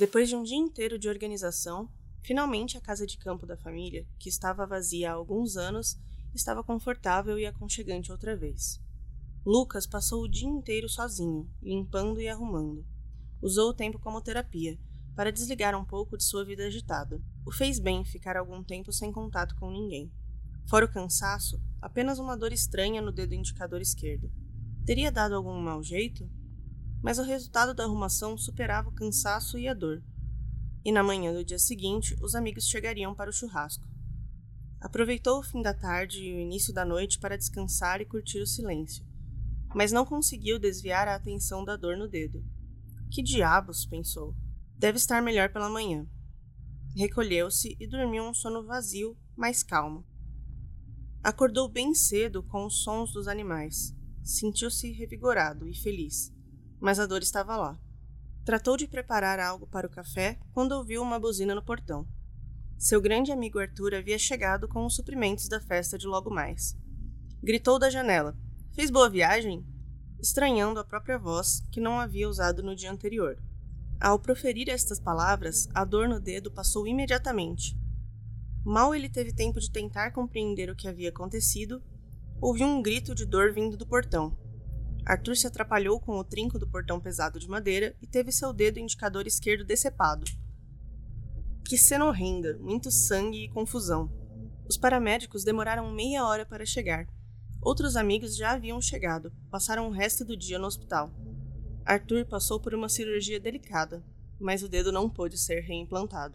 Depois de um dia inteiro de organização, finalmente a casa de campo da família, que estava vazia há alguns anos, estava confortável e aconchegante outra vez. Lucas passou o dia inteiro sozinho, limpando e arrumando. Usou o tempo como terapia, para desligar um pouco de sua vida agitada. O fez bem ficar algum tempo sem contato com ninguém. Fora o cansaço, apenas uma dor estranha no dedo indicador esquerdo. Teria dado algum mau jeito? Mas o resultado da arrumação superava o cansaço e a dor. E na manhã do dia seguinte, os amigos chegariam para o churrasco. Aproveitou o fim da tarde e o início da noite para descansar e curtir o silêncio, mas não conseguiu desviar a atenção da dor no dedo. Que diabos, pensou. Deve estar melhor pela manhã. Recolheu-se e dormiu um sono vazio, mas calmo. Acordou bem cedo com os sons dos animais. Sentiu-se revigorado e feliz, mas a dor estava lá. Tratou de preparar algo para o café quando ouviu uma buzina no portão. Seu grande amigo Arthur havia chegado com os suprimentos da festa de logo mais. Gritou da janela: "Fez boa viagem?", estranhando a própria voz que não havia usado no dia anterior. Ao proferir estas palavras, a dor no dedo passou imediatamente. Mal ele teve tempo de tentar compreender o que havia acontecido, ouviu um grito de dor vindo do portão. Arthur se atrapalhou com o trinco do portão pesado de madeira e teve seu dedo indicador esquerdo decepado. Que cena horrenda, muito sangue e confusão. Os paramédicos demoraram meia hora para chegar. Outros amigos já haviam chegado, passaram o resto do dia no hospital. Arthur passou por uma cirurgia delicada, mas o dedo não pôde ser reimplantado.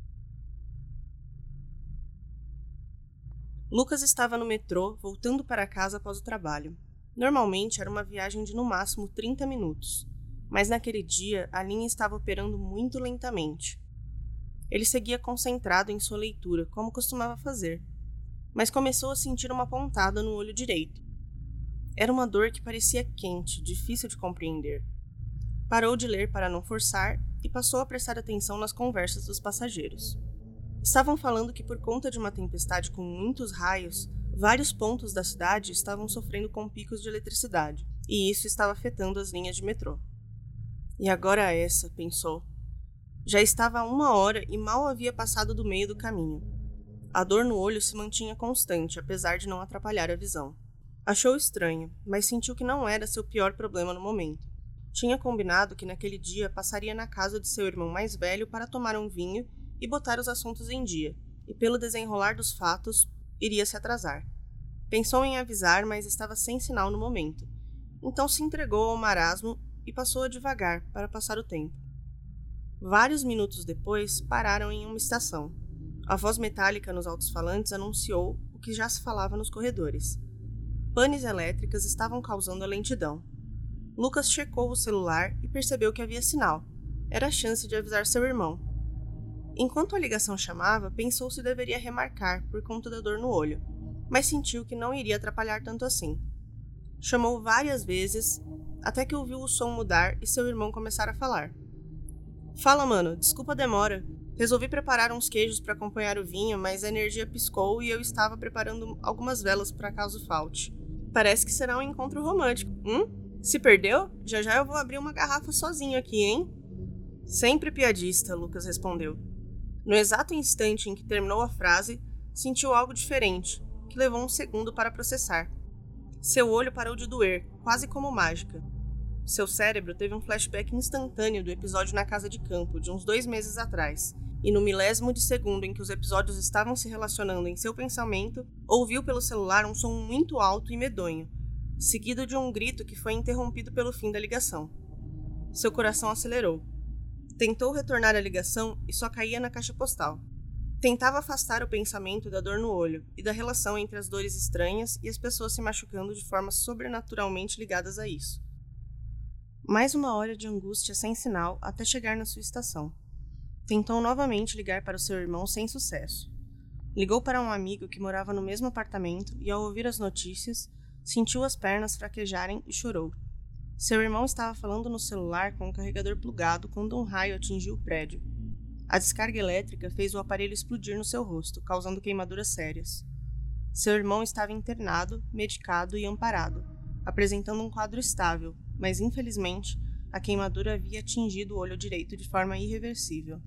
Lucas estava no metrô, voltando para casa após o trabalho. Normalmente era uma viagem de no máximo 30 minutos, mas naquele dia a linha estava operando muito lentamente. Ele seguia concentrado em sua leitura, como costumava fazer, mas começou a sentir uma pontada no olho direito. Era uma dor que parecia quente, difícil de compreender. Parou de ler para não forçar e passou a prestar atenção nas conversas dos passageiros. Estavam falando que por conta de uma tempestade com muitos raios, vários pontos da cidade estavam sofrendo com picos de eletricidade, e isso estava afetando as linhas de metrô. E agora essa, pensou. Já estava há 1 hora e mal havia passado do meio do caminho. A dor no olho se mantinha constante, apesar de não atrapalhar a visão. Achou estranho, mas sentiu que não era seu pior problema no momento. Tinha combinado que naquele dia passaria na casa de seu irmão mais velho para tomar um vinho e botar os assuntos em dia, e pelo desenrolar dos fatos, iria se atrasar. Pensou em avisar, mas estava sem sinal no momento. Então se entregou ao marasmo e passou a devagar para passar o tempo. Vários minutos depois, pararam em uma estação. A voz metálica nos alto-falantes anunciou o que já se falava nos corredores. Panes elétricas estavam causando a lentidão. Lucas checou o celular e percebeu que havia sinal. Era a chance de avisar seu irmão. Enquanto a ligação chamava, pensou se deveria remarcar por conta da dor no olho, mas sentiu que não iria atrapalhar tanto assim. Chamou várias vezes, até que ouviu o som mudar e seu irmão começar a falar. "Fala, mano, desculpa a demora. Resolvi preparar uns queijos para acompanhar o vinho, mas a energia piscou e eu estava preparando algumas velas para caso falte. Parece que será um encontro romântico. Se perdeu? Já já eu vou abrir uma garrafa sozinho aqui, hein?" "Sempre piadista", Lucas respondeu. No exato instante em que terminou a frase, sentiu algo diferente, que levou um segundo para processar. Seu olho parou de doer, quase como mágica. Seu cérebro teve um flashback instantâneo do episódio na casa de campo, de uns 2 meses atrás, e no milésimo de segundo em que os episódios estavam se relacionando em seu pensamento, ouviu pelo celular um som muito alto e medonho, seguido de um grito que foi interrompido pelo fim da ligação. Seu coração acelerou. Tentou retornar a ligação e só caía na caixa postal. Tentava afastar o pensamento da dor no olho e da relação entre as dores estranhas e as pessoas se machucando de formas sobrenaturalmente ligadas a isso. Mais 1 hora de angústia sem sinal até chegar na sua estação. Tentou novamente ligar para o seu irmão sem sucesso. Ligou para um amigo que morava no mesmo apartamento e, ao ouvir as notícias, sentiu as pernas fraquejarem e chorou. Seu irmão estava falando no celular com o carregador plugado quando um raio atingiu o prédio. A descarga elétrica fez o aparelho explodir no seu rosto, causando queimaduras sérias. Seu irmão estava internado, medicado e amparado, apresentando um quadro estável, mas infelizmente a queimadura havia atingido o olho direito de forma irreversível.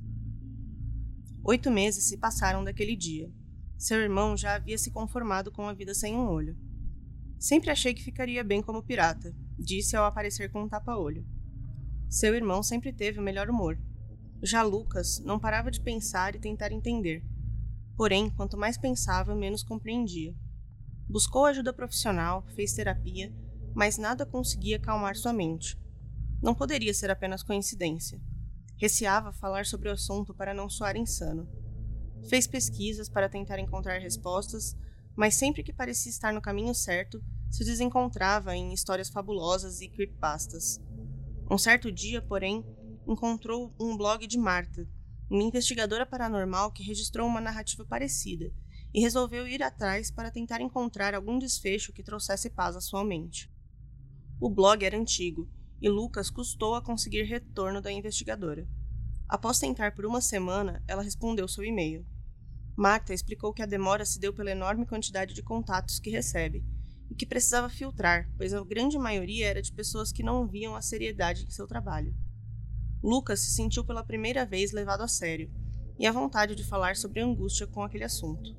8 meses se passaram daquele dia. Seu irmão já havia se conformado com a vida sem um olho. Sempre achei que ficaria bem como pirata, disse ao aparecer com um tapa-olho. Seu irmão sempre teve o melhor humor. Já Lucas não parava de pensar e tentar entender. Porém, quanto mais pensava, menos compreendia. Buscou ajuda profissional, fez terapia, mas nada conseguia acalmar sua mente. Não poderia ser apenas coincidência. Receava falar sobre o assunto para não soar insano. Fez pesquisas para tentar encontrar respostas, mas sempre que parecia estar no caminho certo, se desencontrava em histórias fabulosas e creepypastas. Um certo dia, porém, encontrou um blog de Marta, uma investigadora paranormal que registrou uma narrativa parecida, e resolveu ir atrás para tentar encontrar algum desfecho que trouxesse paz à sua mente. O blog era antigo, e Lucas custou a conseguir retorno da investigadora. Após tentar por uma semana, ela respondeu seu e-mail. Marta explicou que a demora se deu pela enorme quantidade de contatos que recebe, e que precisava filtrar, pois a grande maioria era de pessoas que não viam a seriedade em seu trabalho. Lucas se sentiu pela primeira vez levado a sério, e a vontade de falar sobre a angústia com aquele assunto.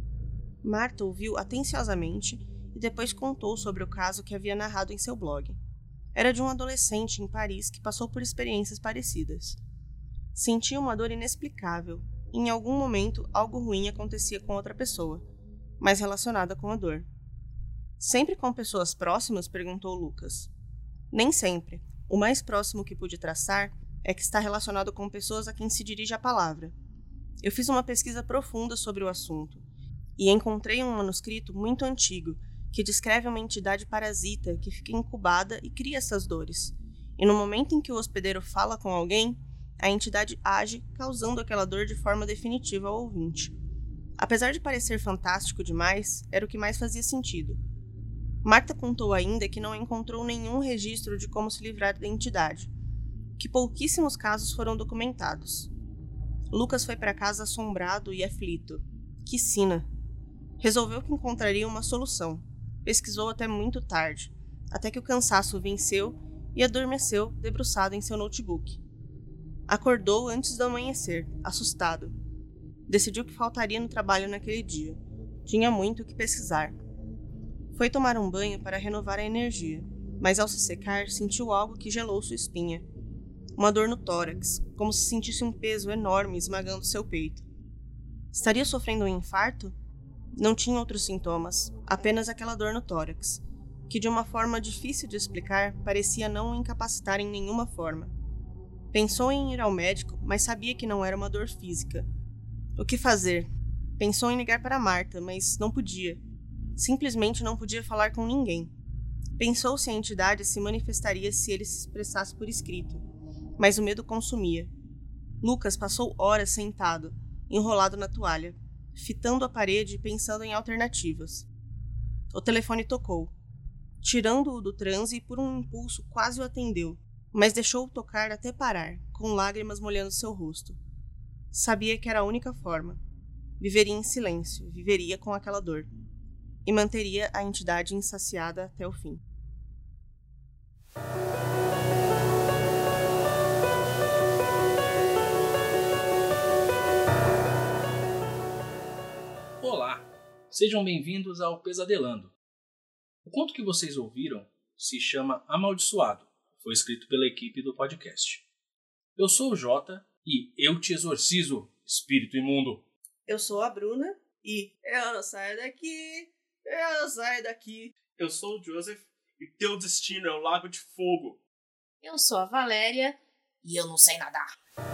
Marta ouviu atenciosamente e depois contou sobre o caso que havia narrado em seu blog. Era de um adolescente em Paris que passou por experiências parecidas. Sentia uma dor inexplicável, e em algum momento algo ruim acontecia com outra pessoa, mas relacionada com a dor. Sempre com pessoas próximas? Perguntou Lucas. Nem sempre. O mais próximo que pude traçar é que está relacionado com pessoas a quem se dirige a palavra. Eu fiz uma pesquisa profunda sobre o assunto e encontrei um manuscrito muito antigo que descreve uma entidade parasita que fica incubada e cria essas dores. E no momento em que o hospedeiro fala com alguém, a entidade age, causando aquela dor de forma definitiva ao ouvinte. Apesar de parecer fantástico demais, era o que mais fazia sentido. Marta contou ainda que não encontrou nenhum registro de como se livrar da entidade, que pouquíssimos casos foram documentados. Lucas foi para casa assombrado e aflito. Que sina! Resolveu que encontraria uma solução. Pesquisou até muito tarde, até que o cansaço o venceu e adormeceu debruçado em seu notebook. Acordou antes do amanhecer, assustado. Decidiu que faltaria no trabalho naquele dia. Tinha muito o que pesquisar. Foi tomar um banho para renovar a energia, mas ao se secar sentiu algo que gelou sua espinha. Uma dor no tórax, como se sentisse um peso enorme esmagando seu peito. Estaria sofrendo um infarto? Não tinha outros sintomas, apenas aquela dor no tórax, que de uma forma difícil de explicar parecia não o incapacitar em nenhuma forma. Pensou em ir ao médico, mas sabia que não era uma dor física. O que fazer? Pensou em ligar para Marta, mas não podia. Simplesmente não podia falar com ninguém. Pensou se a entidade se manifestaria se ele se expressasse por escrito, mas o medo consumia. Lucas passou horas sentado, enrolado na toalha, fitando a parede e pensando em alternativas. O telefone tocou. Tirando-o do transe, por um impulso quase o atendeu, mas deixou-o tocar até parar, com lágrimas molhando seu rosto. Sabia que era a única forma. Viveria em silêncio, viveria com aquela dor. E manteria a entidade insaciada até o fim. Olá, sejam bem-vindos ao Pesadelando. O conto que vocês ouviram se chama Amaldiçoado, foi escrito pela equipe do podcast. Eu sou o Jota e eu te exorcizo, espírito imundo. Eu sou a Bruna e eu não saio daqui, eu não saio daqui. Eu sou o Joseph e teu destino é o Lago de Fogo. Eu sou a Valéria e eu não sei nadar.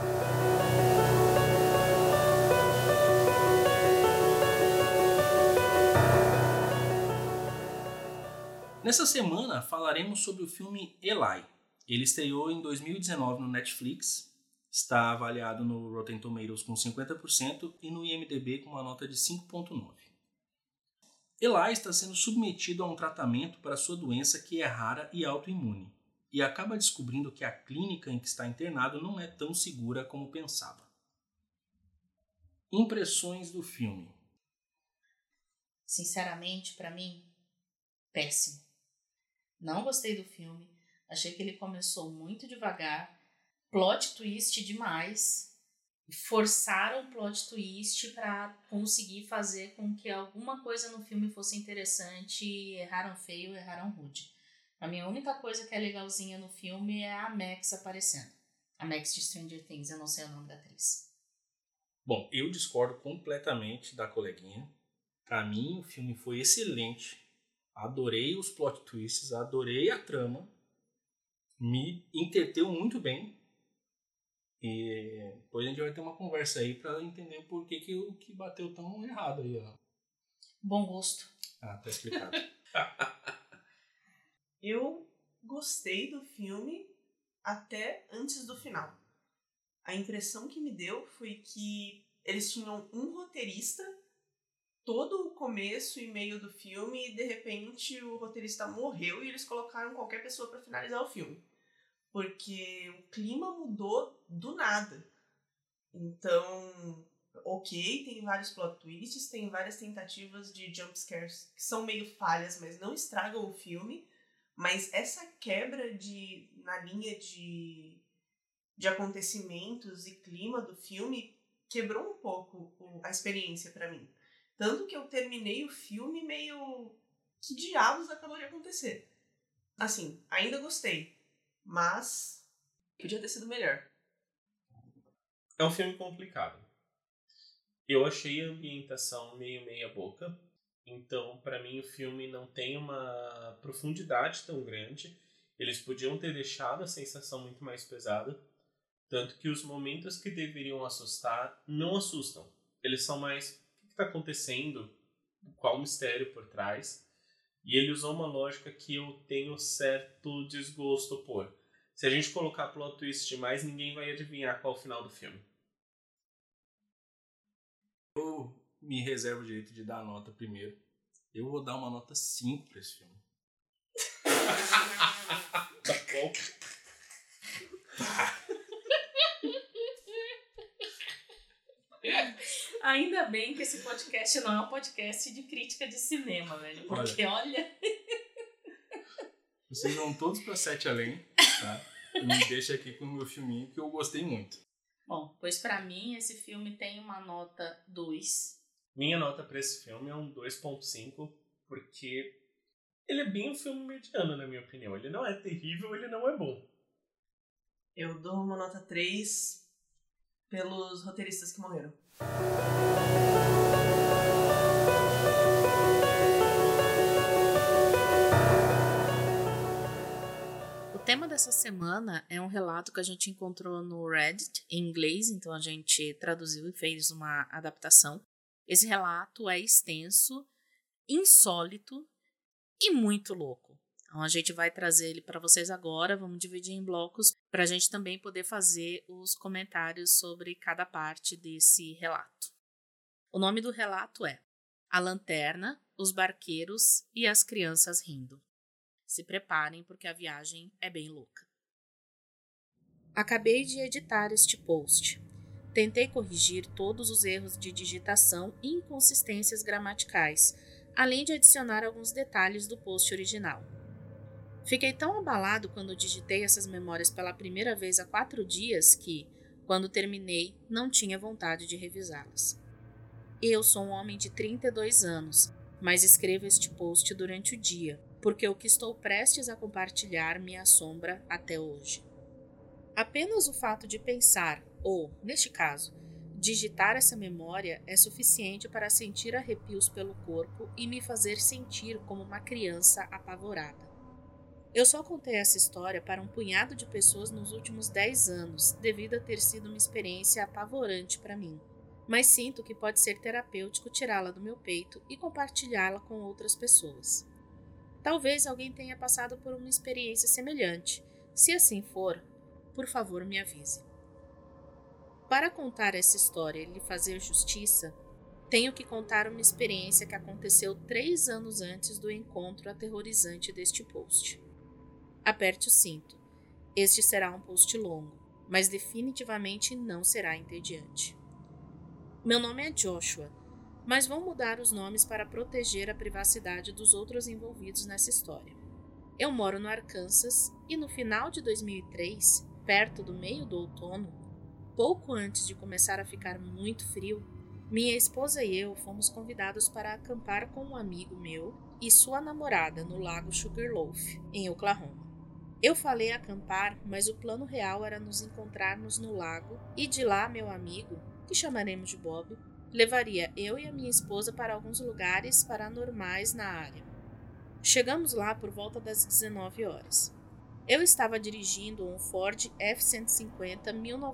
Nessa semana falaremos sobre o filme Eli. Ele estreou em 2019 no Netflix, está avaliado no Rotten Tomatoes com 50% e no IMDb com uma nota de 5.9. Eli está sendo submetido a um tratamento para sua doença que é rara e autoimune, e acaba descobrindo que a clínica em que está internado não é tão segura como pensava. Impressões do filme. Sinceramente, pra mim, péssimo. Não gostei do filme, Achei que ele começou muito devagar, plot twist demais, forçaram o plot twist para conseguir fazer com que alguma coisa no filme fosse interessante e erraram feio, erraram rude. A minha única coisa que é legalzinha no filme é a Max aparecendo. A Max de Stranger Things, eu não sei o nome da atriz. Bom, eu discordo completamente da coleguinha. Pra mim, o filme foi excelente. Adorei os plot twists, adorei a trama. Me entreteu muito bem. E depois a gente vai ter uma conversa aí pra entender por que o que bateu tão errado aí, ó. Bom gosto. Ah, tá explicado. Eu gostei do filme até antes do final. A impressão que me deu foi que eles tinham um roteirista todo o começo e meio do filme e de repente o roteirista morreu e eles colocaram qualquer pessoa para finalizar o filme. Porque o clima mudou do nada. Então, ok, tem vários plot twists, tem várias tentativas de jump scares que são meio falhas, mas não estragam o filme. Mas essa quebra na linha de acontecimentos e clima do filme quebrou um pouco a experiência pra mim. Tanto que eu terminei o filme meio... Que diabos acabou de acontecer? Assim, ainda gostei, mas podia ter sido melhor. É um filme complicado. Eu achei a ambientação meio meia boca. Então, pra mim, o filme não tem uma profundidade tão grande. Eles podiam ter deixado a sensação muito mais pesada. Tanto que os momentos que deveriam assustar não assustam. Eles são mais, o que está acontecendo? Qual o mistério por trás? E ele usou uma lógica que eu tenho certo desgosto por. Se a gente colocar plot twist demais, ninguém vai adivinhar qual é o final do filme. Eu me reservo o direito de dar a nota primeiro. Eu vou dar uma nota 5 pra esse filme. Tá bom. Ainda bem que esse podcast não é um podcast de crítica de cinema, velho. Porque olha... Vocês vão todos pra 7 além, tá? E me deixa aqui com o meu filminho que eu gostei muito. Bom, pois pra mim esse filme tem uma nota 2. Minha nota pra esse filme é um 2.5, porque ele é bem um filme mediano, na minha opinião. Ele não é terrível, ele não é bom. Eu dou uma nota 3 pelos roteiristas que morreram. O tema dessa semana é um relato que a gente encontrou no Reddit, em inglês, então a gente traduziu e fez uma adaptação. Esse relato é extenso, insólito e muito louco. Então a gente vai trazer ele para vocês agora, vamos dividir em blocos para a gente também poder fazer os comentários sobre cada parte desse relato. O nome do relato é A Lanterna, os Barqueiros e as Crianças Rindo. Se preparem porque a viagem é bem louca. Acabei de editar este post. Tentei corrigir todos os erros de digitação e inconsistências gramaticais, além de adicionar alguns detalhes do post original. Fiquei tão abalado quando digitei essas memórias pela primeira vez há 4 dias que, quando terminei, não tinha vontade de revisá-las. Eu sou um homem de 32 anos, mas escrevo este post durante o dia, porque o que estou prestes a compartilhar me assombra até hoje. Apenas o fato de pensar, ou, neste caso, digitar essa memória é suficiente para sentir arrepios pelo corpo e me fazer sentir como uma criança apavorada. Eu só contei essa história para um punhado de pessoas nos últimos 10 anos, devido a ter sido uma experiência apavorante para mim. Mas sinto que pode ser terapêutico tirá-la do meu peito e compartilhá-la com outras pessoas. Talvez alguém tenha passado por uma experiência semelhante. Se assim for, por favor me avise. Para contar essa história e lhe fazer justiça, tenho que contar uma experiência que aconteceu 3 anos antes do encontro aterrorizante deste post. Aperte o cinto. Este será um post longo, mas definitivamente não será entediante. Meu nome é Joshua, mas vou mudar os nomes para proteger a privacidade dos outros envolvidos nessa história. Eu moro no Arkansas e no final de 2003, perto do meio do outono, pouco antes de começar a ficar muito frio, minha esposa e eu fomos convidados para acampar com um amigo meu e sua namorada no lago Sugarloaf, em Oklahoma. Eu falei acampar, mas o plano real era nos encontrarmos no lago e de lá meu amigo, que chamaremos de Bob, levaria eu e a minha esposa para alguns lugares paranormais na área. Chegamos lá por volta das 19 horas. Eu estava dirigindo um Ford F-150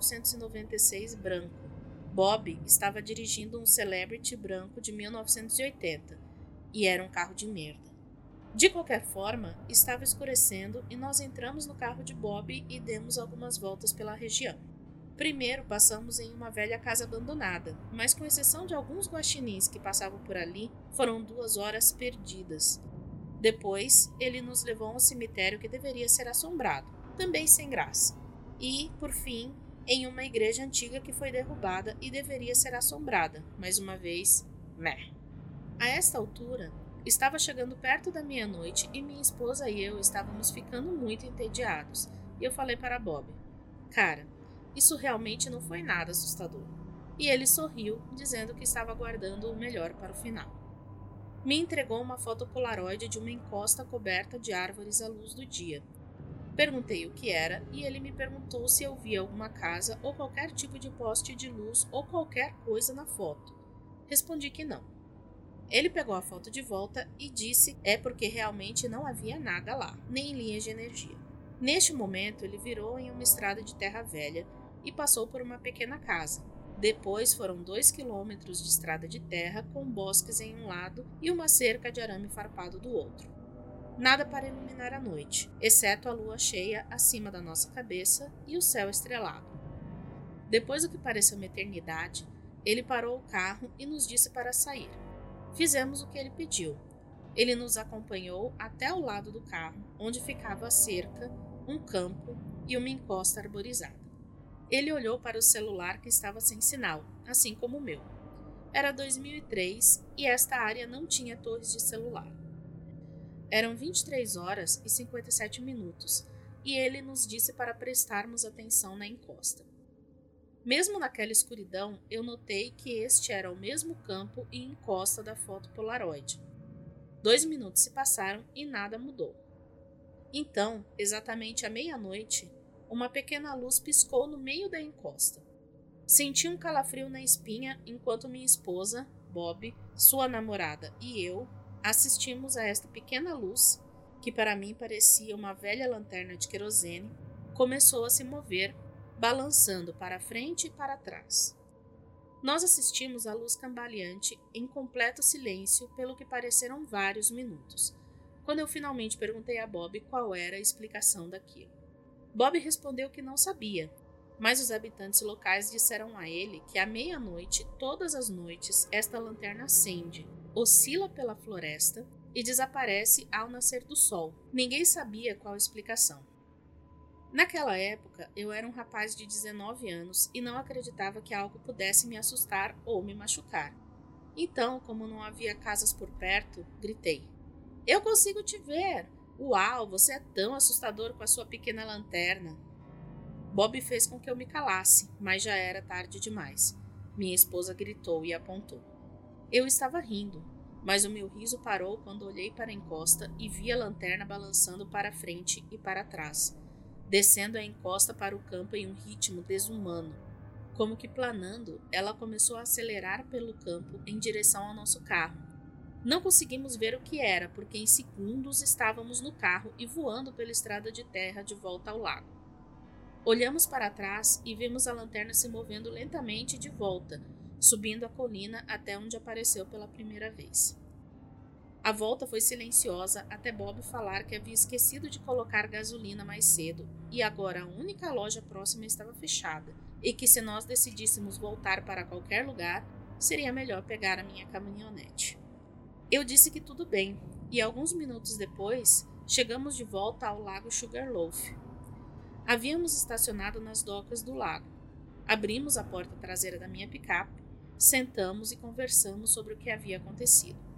1996 branco. Bob estava dirigindo um Celebrity branco de 1980 e era um carro de merda. De qualquer forma, estava escurecendo e nós entramos no carro de Bob e demos algumas voltas pela região. Primeiro passamos em uma velha casa abandonada, mas com exceção de alguns guaxinins que passavam por ali, foram 2 horas perdidas. Depois, ele nos levou a um cemitério que deveria ser assombrado, também sem graça. E, por fim, em uma igreja antiga que foi derrubada e deveria ser assombrada, mais uma vez, meh. A esta altura, estava chegando perto da meia-noite e minha esposa e eu estávamos ficando muito entediados. E eu falei para Bob, cara, isso realmente não foi nada assustador. E ele sorriu, dizendo que estava aguardando o melhor para o final. Me entregou uma foto polaroid de uma encosta coberta de árvores à luz do dia. Perguntei o que era e ele me perguntou se eu via alguma casa ou qualquer tipo de poste de luz ou qualquer coisa na foto. Respondi que não. Ele pegou a foto de volta e disse porque realmente não havia nada lá, nem linhas de energia. Neste momento, ele virou em uma estrada de terra velha e passou por uma pequena casa. Depois foram 2 quilômetros de estrada de terra com bosques em um lado e uma cerca de arame farpado do outro. Nada para iluminar a noite, exceto a lua cheia acima da nossa cabeça e o céu estrelado. Depois do que pareceu uma eternidade, ele parou o carro e nos disse para sair. Fizemos o que ele pediu. Ele nos acompanhou até o lado do carro, onde ficava a cerca, um campo e uma encosta arborizada. Ele olhou para o celular que estava sem sinal, assim como o meu. Era 2003 e esta área não tinha torres de celular. Eram 23 horas e 57 minutos e ele nos disse para prestarmos atenção na encosta. Mesmo naquela escuridão, eu notei que este era o mesmo campo e encosta da foto Polaroid. 2 minutos se passaram e nada mudou. Então, exatamente à meia-noite, uma pequena luz piscou no meio da encosta. Senti um calafrio na espinha enquanto minha esposa, Bob, sua namorada e eu assistimos a esta pequena luz, que para mim parecia uma velha lanterna de querosene, começou a se mover, balançando para frente e para trás. Nós assistimos à luz cambaleante em completo silêncio pelo que pareceram vários minutos, quando eu finalmente perguntei a Bob qual era a explicação daquilo. Bob respondeu que não sabia, mas os habitantes locais disseram a ele que à meia-noite, todas as noites, esta lanterna acende, oscila pela floresta e desaparece ao nascer do sol. Ninguém sabia qual a explicação. Naquela época, eu era um rapaz de 19 anos e não acreditava que algo pudesse me assustar ou me machucar. Então, como não havia casas por perto, gritei: "Eu consigo te ver! Uau, você é tão assustador com a sua pequena lanterna!" Bob fez com que eu me calasse, mas já era tarde demais. Minha esposa gritou e apontou. Eu estava rindo, mas o meu riso parou quando olhei para a encosta e vi a lanterna balançando para frente e para trás, descendo a encosta para o campo em um ritmo desumano. Como que planando, ela começou a acelerar pelo campo em direção ao nosso carro. Não conseguimos ver o que era, porque em segundos estávamos no carro e voando pela estrada de terra de volta ao lago. Olhamos para trás e vimos a lanterna se movendo lentamente de volta, subindo a colina até onde apareceu pela primeira vez. A volta foi silenciosa até Bob falar que havia esquecido de colocar gasolina mais cedo e agora a única loja próxima estava fechada e que se nós decidíssemos voltar para qualquer lugar, seria melhor pegar a minha caminhonete. Eu disse que tudo bem e alguns minutos depois chegamos de volta ao lago Sugarloaf. Havíamos estacionado nas docas do lago. Abrimos a porta traseira da minha picape, sentamos e conversamos sobre o que havia acontecido.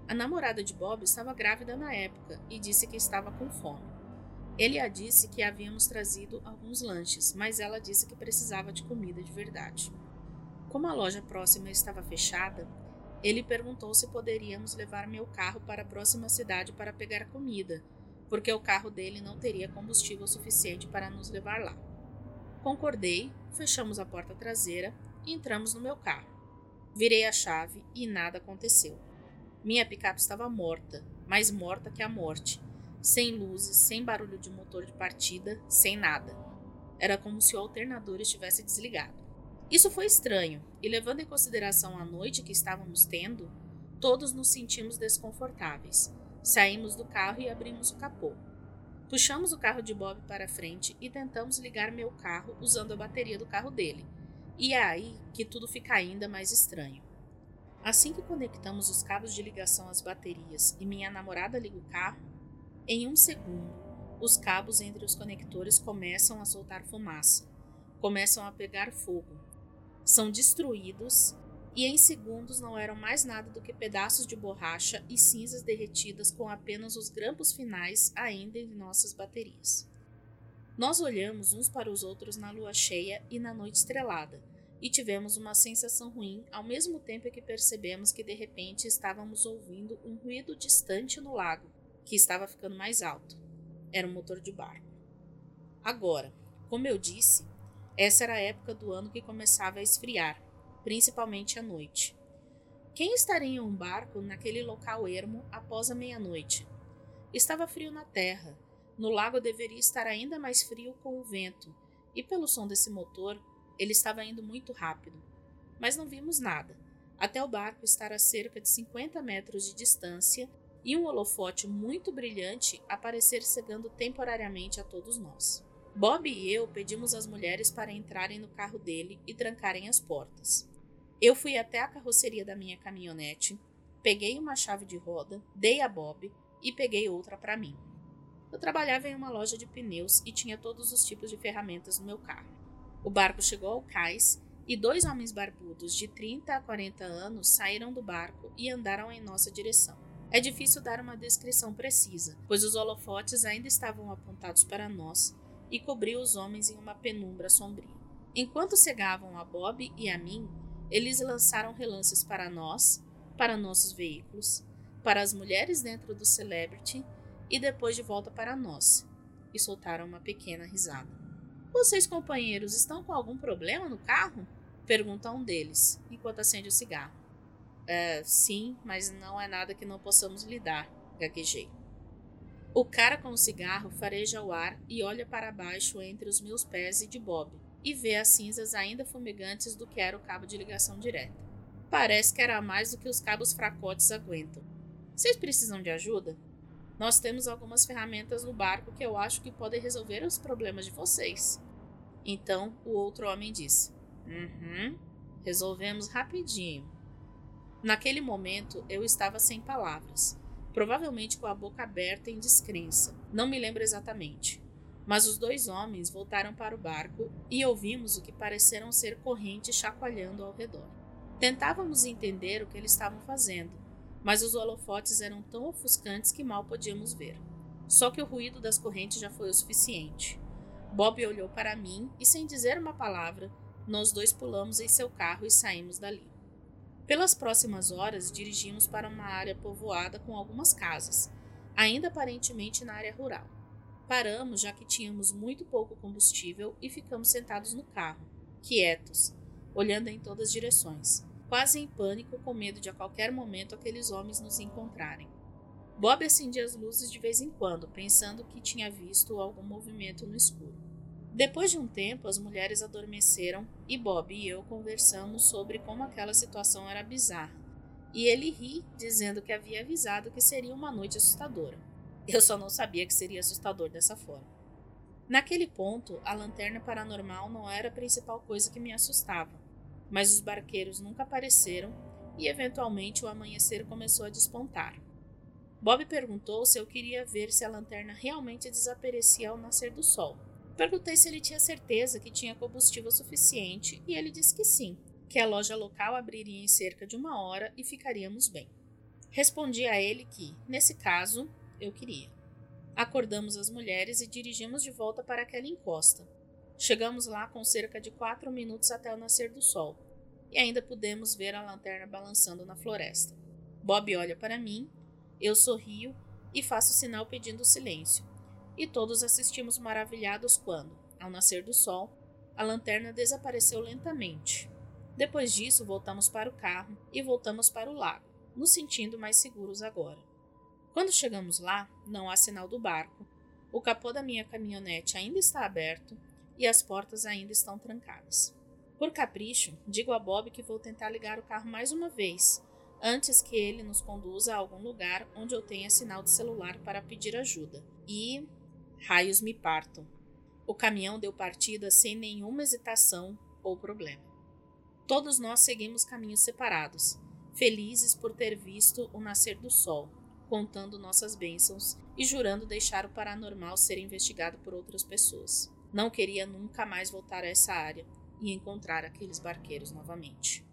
A namorada de Bob estava grávida na época e disse que estava com fome. Ele a disse que havíamos trazido alguns lanches, mas ela disse que precisava de comida de verdade. Como a loja próxima estava fechada, ele perguntou se poderíamos levar meu carro para a próxima cidade para pegar comida, porque o carro dele não teria combustível suficiente para nos levar lá. Concordei, fechamos a porta traseira e entramos no meu carro. Virei a chave e nada aconteceu. Minha picape estava morta, mais morta que a morte, sem luzes, sem barulho de motor de partida, sem nada. Era como se o alternador estivesse desligado. Isso foi estranho, e levando em consideração a noite que estávamos tendo, todos nos sentimos desconfortáveis. Saímos do carro e abrimos o capô. Puxamos o carro de Bob para frente e tentamos ligar meu carro usando a bateria do carro dele. E é aí que tudo fica ainda mais estranho. Assim que conectamos os cabos de ligação às baterias e minha namorada liga o carro, em 1 segundo, os cabos entre os conectores começam a soltar fumaça, começam a pegar fogo. São destruídos e em segundos não eram mais nada do que pedaços de borracha e cinzas derretidas com apenas os grampos finais ainda em nossas baterias. Nós olhamos uns para os outros na lua cheia e na noite estrelada e tivemos uma sensação ruim ao mesmo tempo que percebemos que de repente estávamos ouvindo um ruído distante no lago, que estava ficando mais alto. Era um motor de barco. Agora, como eu disse, essa era a época do ano que começava a esfriar, principalmente à noite. Quem estaria em um barco naquele local ermo após a meia-noite? Estava frio na terra. No lago deveria estar ainda mais frio com o vento, e pelo som desse motor, ele estava indo muito rápido. Mas não vimos nada, até o barco estar a cerca de 50 metros de distância e um holofote muito brilhante aparecer cegando temporariamente a todos nós. Bob e eu pedimos às mulheres para entrarem no carro dele e trancarem as portas. Eu fui até a carroceria da minha caminhonete, peguei uma chave de roda, dei a Bob e peguei outra para mim. Eu trabalhava em uma loja de pneus e tinha todos os tipos de ferramentas no meu carro. O barco chegou ao cais e 2 homens barbudos de 30 a 40 anos saíram do barco e andaram em nossa direção. É difícil dar uma descrição precisa, pois os holofotes ainda estavam apontados para nós e cobriu os homens em uma penumbra sombria. Enquanto cegavam a Bob e a mim, eles lançaram relances para nós, para nossos veículos, para as mulheres dentro do Celebrity e depois de volta para nós, e soltaram uma pequena risada. Vocês, companheiros, estão com algum problema no carro? Pergunta um deles, enquanto acende o cigarro. Sim, mas não é nada que não possamos lidar, gaguejei. O cara com o cigarro fareja o ar e olha para baixo entre os meus pés e de Bob, e vê as cinzas ainda fumegantes do que era o cabo de ligação direta. Parece que era mais do que os cabos fracotes aguentam. Vocês precisam de ajuda? Nós temos algumas ferramentas no barco que eu acho que podem resolver os problemas de vocês. Então o outro homem disse: resolvemos rapidinho. Naquele momento eu estava sem palavras, provavelmente com a boca aberta em descrença, não me lembro exatamente. Mas os 2 homens voltaram para o barco e ouvimos o que pareceram ser correntes chacoalhando ao redor. Tentávamos entender o que eles estavam fazendo, mas os holofotes eram tão ofuscantes que mal podíamos ver. Só que o ruído das correntes já foi o suficiente. Bob olhou para mim e, sem dizer uma palavra, nós 2 pulamos em seu carro e saímos dali. Pelas próximas horas, dirigimos para uma área povoada com algumas casas, ainda aparentemente na área rural. Paramos já que tínhamos muito pouco combustível e ficamos sentados no carro, quietos, olhando em todas as direções, quase em pânico, com medo de a qualquer momento aqueles homens nos encontrarem. Bob acendia as luzes de vez em quando, pensando que tinha visto algum movimento no escuro. Depois de um tempo, as mulheres adormeceram e Bob e eu conversamos sobre como aquela situação era bizarra. E ele ri, dizendo que havia avisado que seria uma noite assustadora. Eu só não sabia que seria assustador dessa forma. Naquele ponto, a lanterna paranormal não era a principal coisa que me assustava, mas os barqueiros nunca apareceram e, eventualmente, o amanhecer começou a despontar. Bob perguntou se eu queria ver se a lanterna realmente desaparecia ao nascer do sol. Perguntei se ele tinha certeza que tinha combustível suficiente e ele disse que sim, que a loja local abriria em cerca de 1 hora e ficaríamos bem. Respondi a ele que, nesse caso, eu queria. Acordamos as mulheres e dirigimos de volta para aquela encosta. Chegamos lá com cerca de 4 minutos até o nascer do sol, e ainda pudemos ver a lanterna balançando na floresta. Bob olha para mim, eu sorrio e faço sinal pedindo silêncio, e todos assistimos maravilhados quando, ao nascer do sol, a lanterna desapareceu lentamente. Depois disso, voltamos para o carro e voltamos para o lago, nos sentindo mais seguros agora. Quando chegamos lá, não há sinal do barco, o capô da minha caminhonete ainda está aberto e as portas ainda estão trancadas. Por capricho, digo a Bob que vou tentar ligar o carro mais uma vez, antes que ele nos conduza a algum lugar onde eu tenha sinal de celular para pedir ajuda. E raios me partam. O caminhão deu partida sem nenhuma hesitação ou problema. Todos nós seguimos caminhos separados, felizes por ter visto o nascer do sol, contando nossas bênçãos e jurando deixar o paranormal ser investigado por outras pessoas. Não queria nunca mais voltar a essa área e encontrar aqueles barqueiros novamente.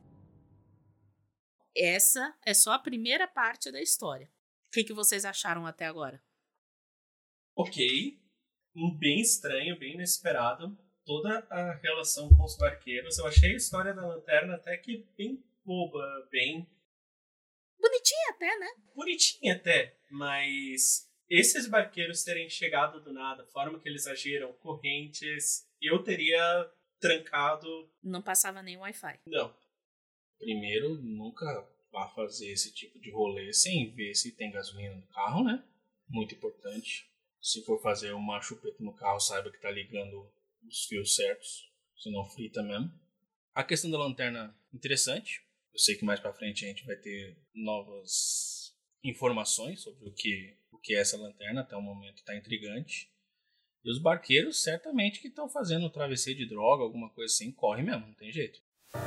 Essa é só a primeira parte da história. O que vocês acharam até agora? Ok. Bem estranho, bem inesperado. Toda a relação com os barqueiros. Eu achei a história da lanterna até que bem boba, bem... Bonitinha até, né? Bonitinha até, mas esses barqueiros terem chegado do nada, a forma que eles agiram, correntes, eu teria trancado... Não passava nem Wi-Fi. Não. Primeiro, nunca vá fazer esse tipo de rolê sem ver se tem gasolina no carro, né? Muito importante. Se for fazer uma chupeta no carro, saiba que tá ligando os fios certos, senão frita mesmo. A questão da lanterna, interessante. Eu sei que mais pra frente a gente vai ter novas informações sobre o que é essa lanterna. Até o momento tá intrigante. E os barqueiros, certamente que estão fazendo travessia de droga, alguma coisa assim. Corre mesmo, não tem jeito.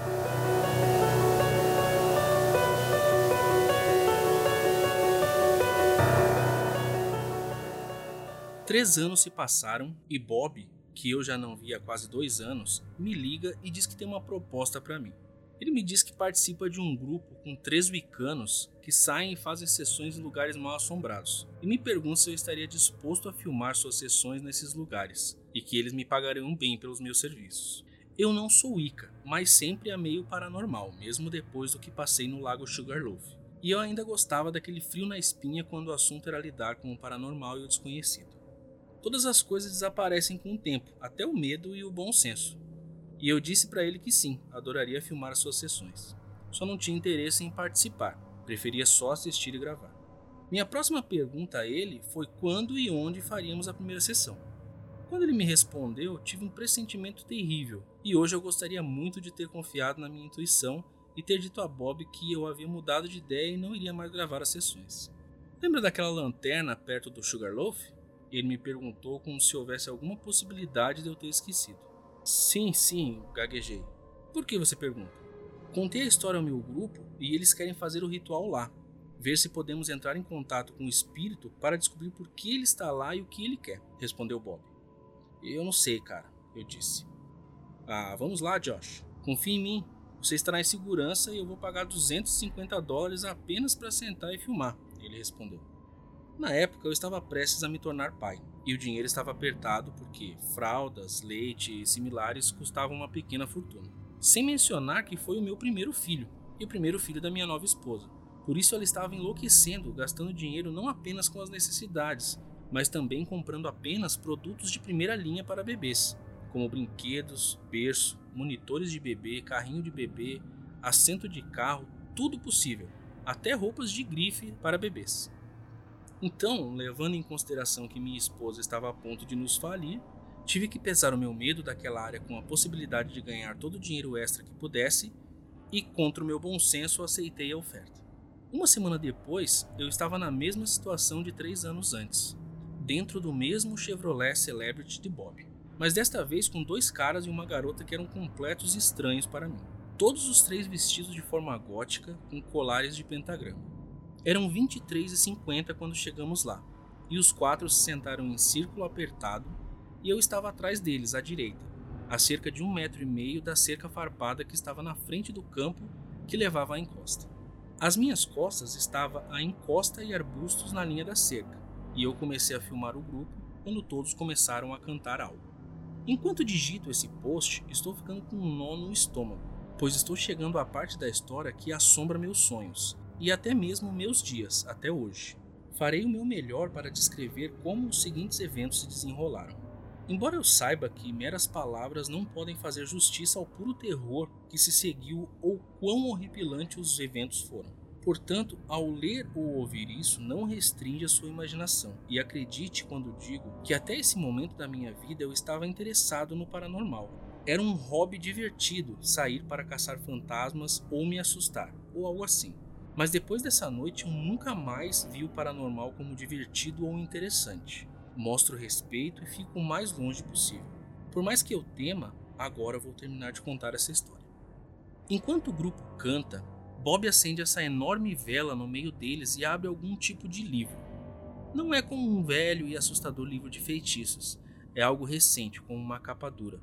Três anos se passaram e Bob, que eu já não vi há quase 2 anos, me liga e diz que tem uma proposta para mim. Ele me diz que participa de um grupo com 3 wiccanos que saem e fazem sessões em lugares mal assombrados. E me pergunta se eu estaria disposto a filmar suas sessões nesses lugares, e que eles me pagariam bem pelos meus serviços. Eu não sou Wicca, mas sempre amei o paranormal, mesmo depois do que passei no Lago Sugarloaf. E eu ainda gostava daquele frio na espinha quando o assunto era lidar com o paranormal e o desconhecido. Todas as coisas desaparecem com o tempo, até o medo e o bom senso. E eu disse para ele que sim, adoraria filmar suas sessões. Só não tinha interesse em participar, preferia só assistir e gravar. Minha próxima pergunta a ele foi quando e onde faríamos a primeira sessão. Quando ele me respondeu, tive um pressentimento terrível, e hoje eu gostaria muito de ter confiado na minha intuição e ter dito a Bob que eu havia mudado de ideia e não iria mais gravar as sessões. Lembra daquela lanterna perto do Sugarloaf? Ele me perguntou como se houvesse alguma possibilidade de eu ter esquecido. Sim, gaguejei. Por que você pergunta? Contei a história ao meu grupo e eles querem fazer o ritual lá. Ver se podemos entrar em contato com o espírito para descobrir por que ele está lá e o que ele quer, respondeu Bob. Eu não sei, cara, eu disse. Vamos lá, Josh. Confia em mim. Você estará em segurança e eu vou pagar $250 apenas para sentar e filmar, ele respondeu. Na época eu estava prestes a me tornar pai. E o dinheiro estava apertado porque fraldas, leite e similares custavam uma pequena fortuna. Sem mencionar que foi o meu primeiro filho e o primeiro filho da minha nova esposa. Por isso ela estava enlouquecendo, gastando dinheiro não apenas com as necessidades, mas também comprando apenas produtos de primeira linha para bebês, como brinquedos, berço, monitores de bebê, carrinho de bebê, assento de carro, tudo possível, até roupas de grife para bebês. Então, levando em consideração que minha esposa estava a ponto de nos falir, tive que pesar o meu medo daquela área com a possibilidade de ganhar todo o dinheiro extra que pudesse e, contra o meu bom senso, aceitei a oferta. Uma semana depois, eu estava na mesma situação de 3 anos antes, dentro do mesmo Chevrolet Celebrity de Bob, mas desta vez com 2 caras e uma garota que eram completos estranhos para mim. Todos os 3 vestidos de forma gótica, com colares de pentagrama. Eram 23h50 quando chegamos lá, e os 4 se sentaram em círculo apertado, e eu estava atrás deles, à direita, a cerca de 1,5 metros da cerca farpada que estava na frente do campo que levava à encosta. Às minhas costas estava a encosta e arbustos na linha da cerca, e eu comecei a filmar o grupo quando todos começaram a cantar algo. Enquanto digito esse post, estou ficando com um nó no estômago, pois estou chegando à parte da história que assombra meus sonhos, e até mesmo meus dias, até hoje. Farei o meu melhor para descrever como os seguintes eventos se desenrolaram. Embora eu saiba que meras palavras não podem fazer justiça ao puro terror que se seguiu ou quão horripilante os eventos foram. Portanto, ao ler ou ouvir isso, não restringe a sua imaginação e acredite quando digo que até esse momento da minha vida eu estava interessado no paranormal. Era um hobby divertido sair para caçar fantasmas ou me assustar, ou algo assim. Mas depois dessa noite eu nunca mais vi o paranormal como divertido ou interessante. Mostro respeito e fico o mais longe possível. Por mais que eu tema, agora vou terminar de contar essa história. Enquanto o grupo canta, Bob acende essa enorme vela no meio deles e abre algum tipo de livro. Não é como um velho e assustador livro de feitiços, é algo recente, com uma capa dura.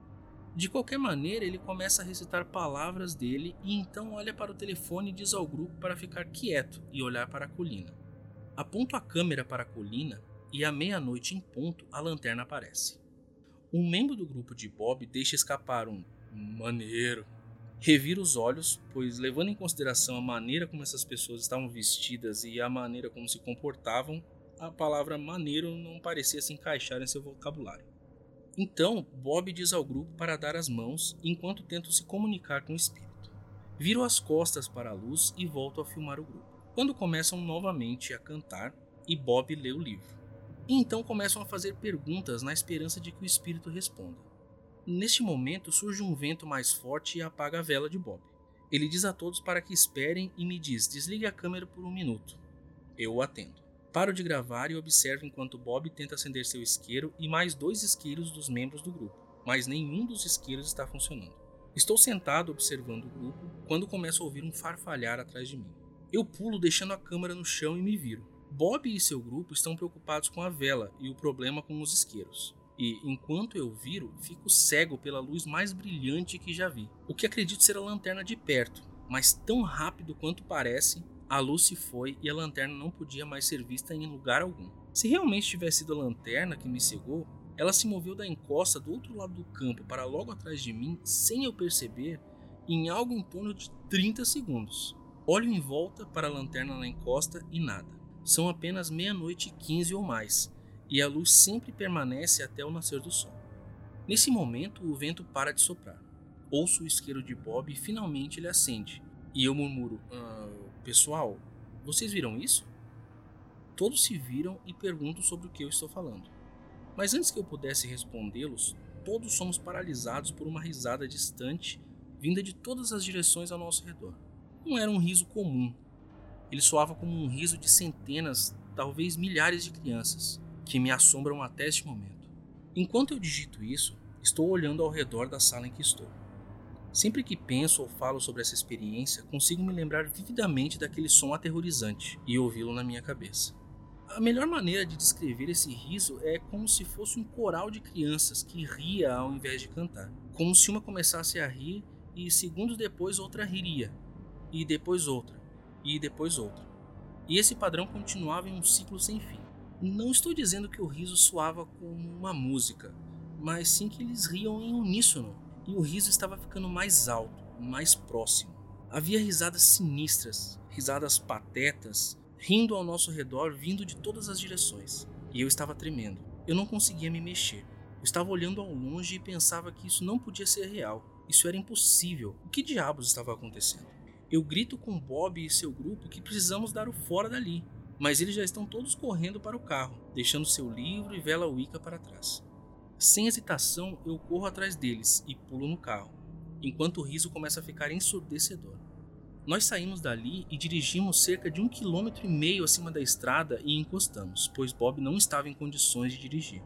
De qualquer maneira, ele começa a recitar palavras dele e então olha para o telefone e diz ao grupo para ficar quieto e olhar para a colina. Aponto a câmera para a colina e à meia-noite em ponto a lanterna aparece. Um membro do grupo de Bob deixa escapar um maneiro. Revira os olhos, pois levando em consideração a maneira como essas pessoas estavam vestidas e a maneira como se comportavam, a palavra maneiro não parecia se encaixar em seu vocabulário. Então, Bob diz ao grupo para dar as mãos enquanto tentam se comunicar com o espírito. Viro as costas para a luz e volto a filmar o grupo. Quando começam novamente a cantar e Bob lê o livro. E então começam a fazer perguntas na esperança de que o espírito responda. Neste momento surge um vento mais forte e apaga a vela de Bob. Ele diz a todos para que esperem e me diz: desligue a câmera por 1 minuto. Eu o atendo. Paro de gravar e observo enquanto Bob tenta acender seu isqueiro e mais 2 isqueiros dos membros do grupo, mas nenhum dos isqueiros está funcionando. Estou sentado observando o grupo quando começo a ouvir um farfalhar atrás de mim. Eu pulo deixando a câmera no chão e me viro. Bob e seu grupo estão preocupados com a vela e o problema com os isqueiros. E, enquanto eu viro, fico cego pela luz mais brilhante que já vi. O que acredito ser a lanterna de perto, mas tão rápido quanto parece, a luz se foi e a lanterna não podia mais ser vista em lugar algum. Se realmente tivesse sido a lanterna que me cegou, ela se moveu da encosta do outro lado do campo para logo atrás de mim, sem eu perceber, em algo em torno de 30 segundos. Olho em volta para a lanterna na encosta e nada. São apenas 00:15 ou mais, e a luz sempre permanece até o nascer do sol. Nesse momento, o vento para de soprar. Ouço o isqueiro de Bob e finalmente ele acende. E eu murmuro: pessoal, vocês viram isso? Todos se viram e perguntam sobre o que eu estou falando. Mas antes que eu pudesse respondê-los, todos somos paralisados por uma risada distante, vinda de todas as direções ao nosso redor. Não era um riso comum. Ele soava como um riso de centenas, talvez milhares de crianças, que me assombram até este momento. Enquanto eu digito isso, estou olhando ao redor da sala em que estou. Sempre que penso ou falo sobre essa experiência, consigo me lembrar vividamente daquele som aterrorizante e ouvi-lo na minha cabeça. A melhor maneira de descrever esse riso é como se fosse um coral de crianças que ria ao invés de cantar. Como se uma começasse a rir e segundos depois outra riria, e depois outra, e depois outra. E esse padrão continuava em um ciclo sem fim. Não estou dizendo que o riso soava como uma música, mas sim que eles riam em uníssono, e o riso estava ficando mais alto, mais próximo. Havia risadas sinistras, risadas patetas, rindo ao nosso redor, vindo de todas as direções. E eu estava tremendo. Eu não conseguia me mexer. Eu estava olhando ao longe e pensava que isso não podia ser real. Isso era impossível. O que diabos estava acontecendo? Eu grito com Bob e seu grupo que precisamos dar o fora dali. Mas eles já estão todos correndo para o carro, deixando seu livro e vela Wicca para trás. Sem hesitação, eu corro atrás deles e pulo no carro, enquanto o riso começa a ficar ensurdecedor. Nós saímos dali e dirigimos cerca de 1,5 km acima da estrada e encostamos, pois Bob não estava em condições de dirigir.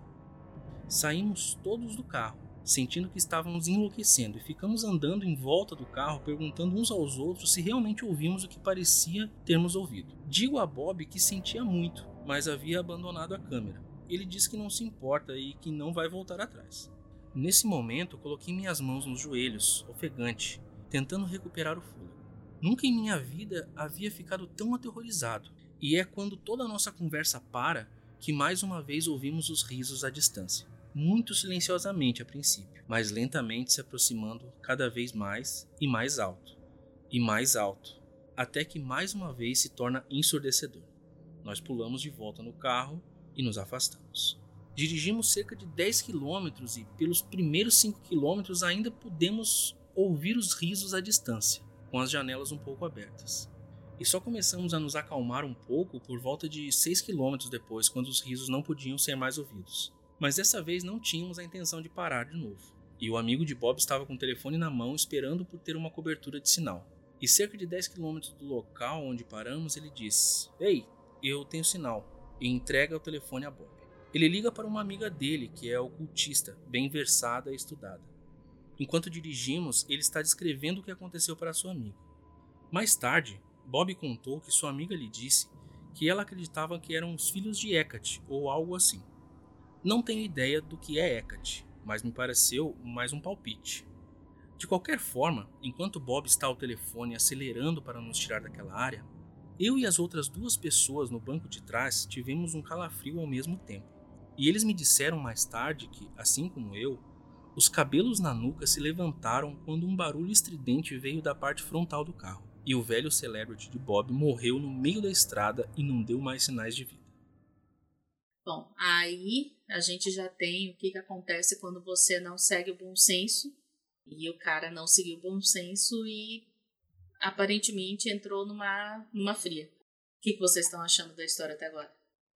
Saímos todos do carro, sentindo que estávamos enlouquecendo, e ficamos andando em volta do carro, perguntando uns aos outros se realmente ouvimos o que parecia termos ouvido. Digo a Bob que sentia muito, mas havia abandonado a câmera. Ele disse que não se importa e que não vai voltar atrás. Nesse momento, coloquei minhas mãos nos joelhos, ofegante, tentando recuperar o fôlego. Nunca em minha vida havia ficado tão aterrorizado. E é quando toda a nossa conversa para que mais uma vez ouvimos os risos à distância. Muito silenciosamente a princípio, mas lentamente se aproximando cada vez mais e mais alto. E mais alto, até que mais uma vez se torna ensurdecedor. Nós pulamos de volta no carro e nos afastamos. Dirigimos cerca de 10 quilômetros e pelos primeiros 5 quilômetros ainda pudemos ouvir os risos à distância, com as janelas um pouco abertas. E só começamos a nos acalmar um pouco por volta de 6 quilômetros depois, quando os risos não podiam ser mais ouvidos. Mas dessa vez não tínhamos a intenção de parar de novo. E o amigo de Bob estava com o telefone na mão esperando por ter uma cobertura de sinal. E cerca de 10 quilômetros do local onde paramos, ele diz: "Ei, eu tenho sinal", e entrega o telefone a Bob. Ele liga para uma amiga dele, que é ocultista, bem versada e estudada. Enquanto dirigimos, ele está descrevendo o que aconteceu para sua amiga. Mais tarde, Bob contou que sua amiga lhe disse que ela acreditava que eram os filhos de Hecate ou algo assim. Não tenho ideia do que é Hecate, mas me pareceu mais um palpite. De qualquer forma, enquanto Bob está ao telefone acelerando para nos tirar daquela área, eu e as outras 2 pessoas no banco de trás tivemos um calafrio ao mesmo tempo. E eles me disseram mais tarde que, assim como eu, os cabelos na nuca se levantaram quando um barulho estridente veio da parte frontal do carro. E o velho celebrity de Bob morreu no meio da estrada e não deu mais sinais de vida. Bom, aí a gente já tem o que acontece quando você não segue o bom senso. E o cara não seguiu o bom senso e aparentemente entrou numa fria. O que vocês estão achando da história até agora?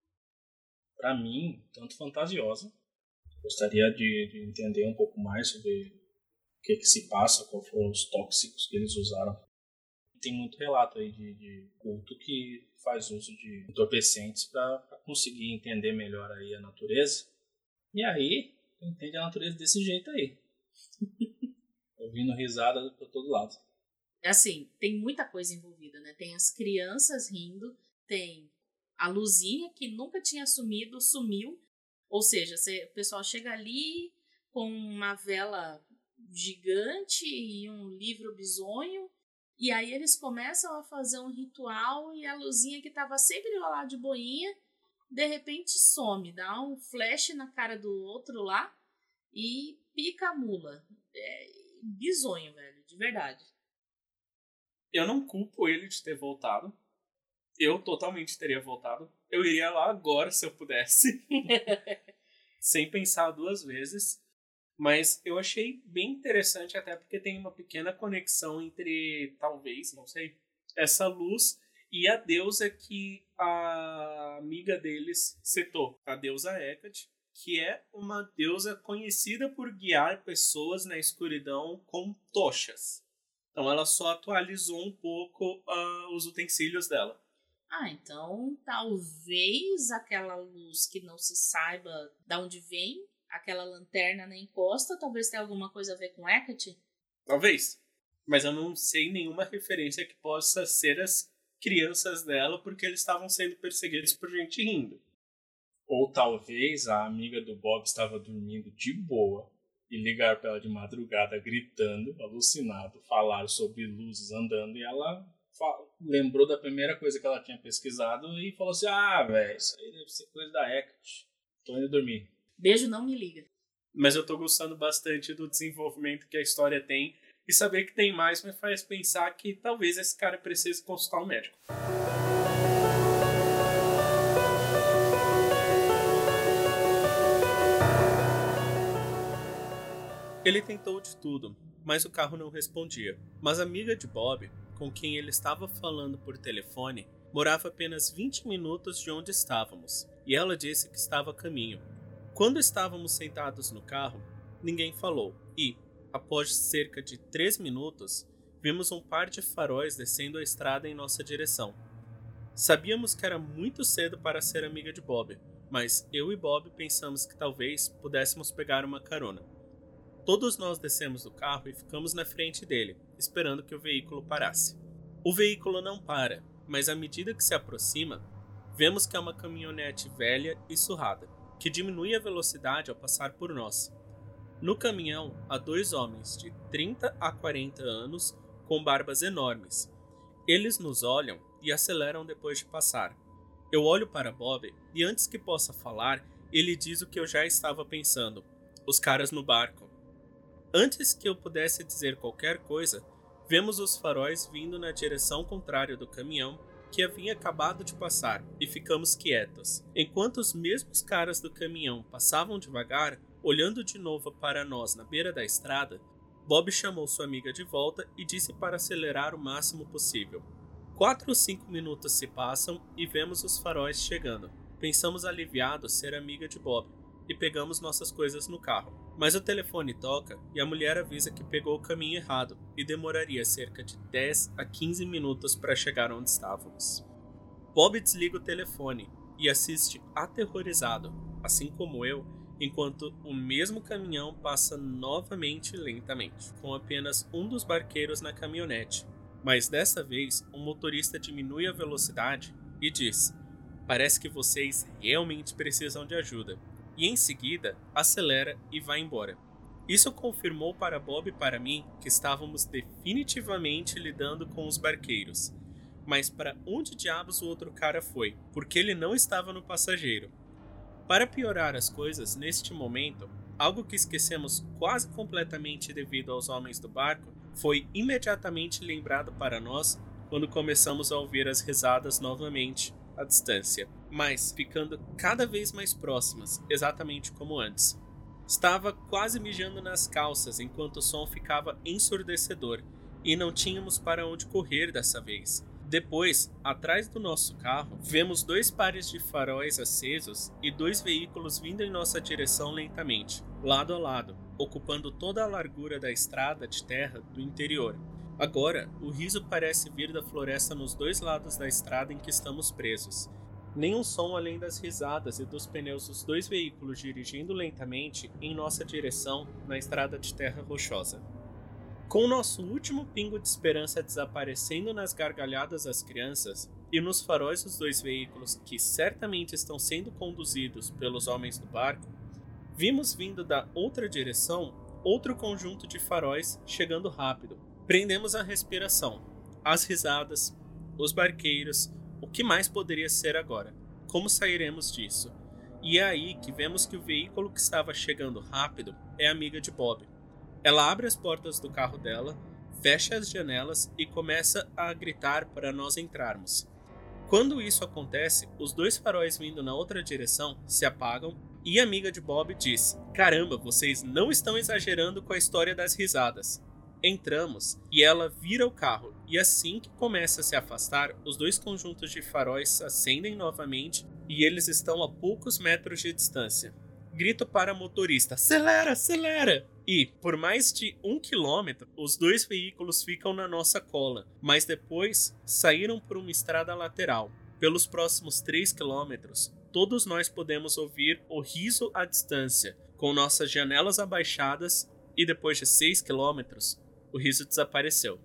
Para mim, tanto fantasiosa. Gostaria de entender um pouco mais sobre o que se passa, quais foram os tóxicos que eles usaram. Tem muito relato aí de culto que faz uso de entorpecentes para conseguir entender melhor aí a natureza. E aí, entende a natureza desse jeito aí. Ouvindo risada por todo lado. Assim, tem muita coisa envolvida, né? Tem as crianças rindo, tem a luzinha que nunca tinha sumido, sumiu. Ou seja, o pessoal chega ali com uma vela gigante e um livro bizonho, e aí eles começam a fazer um ritual e a luzinha que estava sempre lá de boinha, de repente some, dá um flash na cara do outro lá e pica a mula. É bizonho, velho, de verdade. Eu não culpo ele de ter voltado. Eu totalmente teria voltado. Eu iria lá agora se eu pudesse. Sem pensar 2 vezes. Mas eu achei bem interessante, até porque tem uma pequena conexão entre, talvez, não sei, essa luz e a deusa que a amiga deles citou, a deusa Hecate, que é uma deusa conhecida por guiar pessoas na escuridão com tochas. Então ela só atualizou um pouco os utensílios dela. Então talvez aquela luz que não se saiba de onde vem, aquela lanterna na encosta, talvez tenha alguma coisa a ver com Hecate? Talvez. Mas eu não sei nenhuma referência que possa ser as crianças dela, porque eles estavam sendo perseguidos por gente rindo. Ou talvez a amiga do Bob estava dormindo de boa e ligaram para ela de madrugada gritando, alucinado, falaram sobre luzes andando e ela lembrou da primeira coisa que ela tinha pesquisado e falou assim: velho, isso aí deve ser coisa da Hecate. Tô indo dormir. Beijo, não me liga. Mas eu tô gostando bastante do desenvolvimento que a história tem e saber que tem mais me faz pensar que talvez esse cara precise consultar um médico. Ele tentou de tudo, mas o carro não respondia. Mas a amiga de Bob, com quem ele estava falando por telefone, morava apenas 20 minutos de onde estávamos, e ela disse que estava a caminho. Quando estávamos sentados no carro, ninguém falou, e, após cerca de 3 minutos, vimos um par de faróis descendo a estrada em nossa direção. Sabíamos que era muito cedo para ser amiga de Bob, mas eu e Bob pensamos que talvez pudéssemos pegar uma carona. Todos nós descemos do carro e ficamos na frente dele, esperando que o veículo parasse. O veículo não para, mas à medida que se aproxima, vemos que é uma caminhonete velha e surrada, que diminui a velocidade ao passar por nós. No caminhão há 2 homens de 30 a 40 anos com barbas enormes, Eles nos olham e aceleram depois de passar. Eu olho para Bob e antes que possa falar, ele diz o que eu já estava pensando. Os caras no barco. Antes que eu pudesse dizer qualquer coisa, vemos os faróis vindo na direção contrária do caminhão que havia acabado de passar e ficamos quietos. Enquanto os mesmos caras do caminhão passavam devagar, olhando de novo para nós na beira da estrada, Bob chamou sua amiga de volta e disse para acelerar o máximo possível. 4 ou 5 minutos se passam e vemos os faróis chegando. Pensamos aliviados ser amiga de Bob e pegamos nossas coisas no carro. Mas o telefone toca e a mulher avisa que pegou o caminho errado e demoraria cerca de 10 a 15 minutos para chegar onde estávamos. Bob desliga o telefone e assiste aterrorizado, assim como eu, enquanto o mesmo caminhão passa novamente lentamente, com apenas um dos barqueiros na caminhonete. Mas dessa vez, o motorista diminui a velocidade e diz: "Parece que vocês realmente precisam de ajuda." E em seguida, acelera e vai embora. Isso confirmou para Bob e para mim que estávamos definitivamente lidando com os barqueiros. Mas para onde diabos o outro cara foi? Porque ele não estava no passageiro. Para piorar as coisas, neste momento, algo que esquecemos quase completamente devido aos homens do barco foi imediatamente lembrado para nós quando começamos a ouvir as risadas novamente à distância, mas ficando cada vez mais próximas, exatamente como antes. Estava quase mijando nas calças enquanto o som ficava ensurdecedor e não tínhamos para onde correr dessa vez. Depois, atrás do nosso carro, vemos 2 pares de faróis acesos e 2 veículos vindo em nossa direção lentamente, lado a lado, ocupando toda a largura da estrada de terra do interior. Agora, o riso parece vir da floresta nos 2 lados da estrada em que estamos presos. Nenhum som além das risadas e dos pneus dos 2 veículos dirigindo lentamente em nossa direção na estrada de terra rochosa. Com o nosso último pingo de esperança desaparecendo nas gargalhadas das crianças e nos faróis dos 2 veículos que certamente estão sendo conduzidos pelos homens do barco, vimos vindo da outra direção outro conjunto de faróis chegando rápido. Prendemos a respiração, as risadas, os barqueiros, o que mais poderia ser agora? Como sairemos disso? E é aí que vemos que o veículo que estava chegando rápido é a amiga de Bob. Ela abre as portas do carro dela, fecha as janelas e começa a gritar para nós entrarmos. Quando isso acontece, os 2 faróis vindo na outra direção se apagam e a amiga de Bob diz: "Caramba, vocês não estão exagerando com a história das risadas." Entramos e ela vira o carro e assim que começa a se afastar, os 2 conjuntos de faróis acendem novamente e eles estão a poucos metros de distância. Grito para a motorista: "Acelera, acelera!" E, por mais de 1 quilômetro, os 2 veículos ficam na nossa cola, mas depois saíram por uma estrada lateral. Pelos próximos 3 quilômetros, todos nós podemos ouvir o riso à distância, com nossas janelas abaixadas, e depois de 6 quilômetros, o riso desapareceu.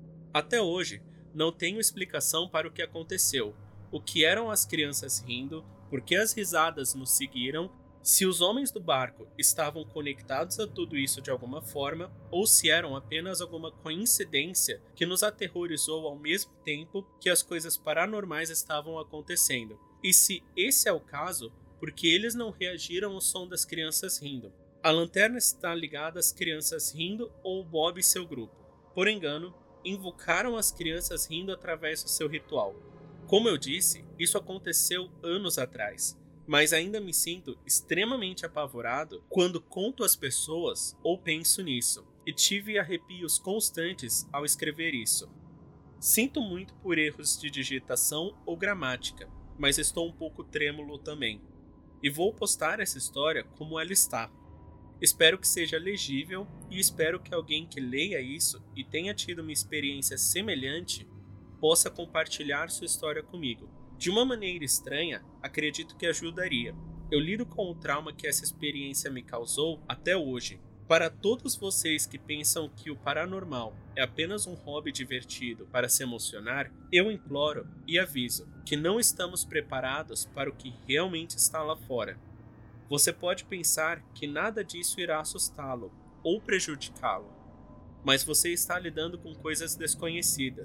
Até hoje, não tenho explicação para o que aconteceu, o que eram as crianças rindo, por que as risadas nos seguiram, se os homens do barco estavam conectados a tudo isso de alguma forma, ou se eram apenas alguma coincidência que nos aterrorizou ao mesmo tempo que as coisas paranormais estavam acontecendo. E se esse é o caso, por que eles não reagiram ao som das crianças rindo? A lanterna está ligada às crianças rindo ou Bob e seu grupo. Por engano, invocaram as crianças rindo através do seu ritual. Como eu disse, isso aconteceu anos atrás. Mas ainda me sinto extremamente apavorado quando conto às pessoas ou penso nisso, e tive arrepios constantes ao escrever isso. Sinto muito por erros de digitação ou gramática, mas estou um pouco trêmulo também. E vou postar essa história como ela está. Espero que seja legível e espero que alguém que leia isso e tenha tido uma experiência semelhante possa compartilhar sua história comigo. De uma maneira estranha, acredito que ajudaria. Eu lido com o trauma que essa experiência me causou até hoje. Para todos vocês que pensam que o paranormal é apenas um hobby divertido para se emocionar, eu imploro e aviso que não estamos preparados para o que realmente está lá fora. Você pode pensar que nada disso irá assustá-lo ou prejudicá-lo, mas você está lidando com coisas desconhecidas.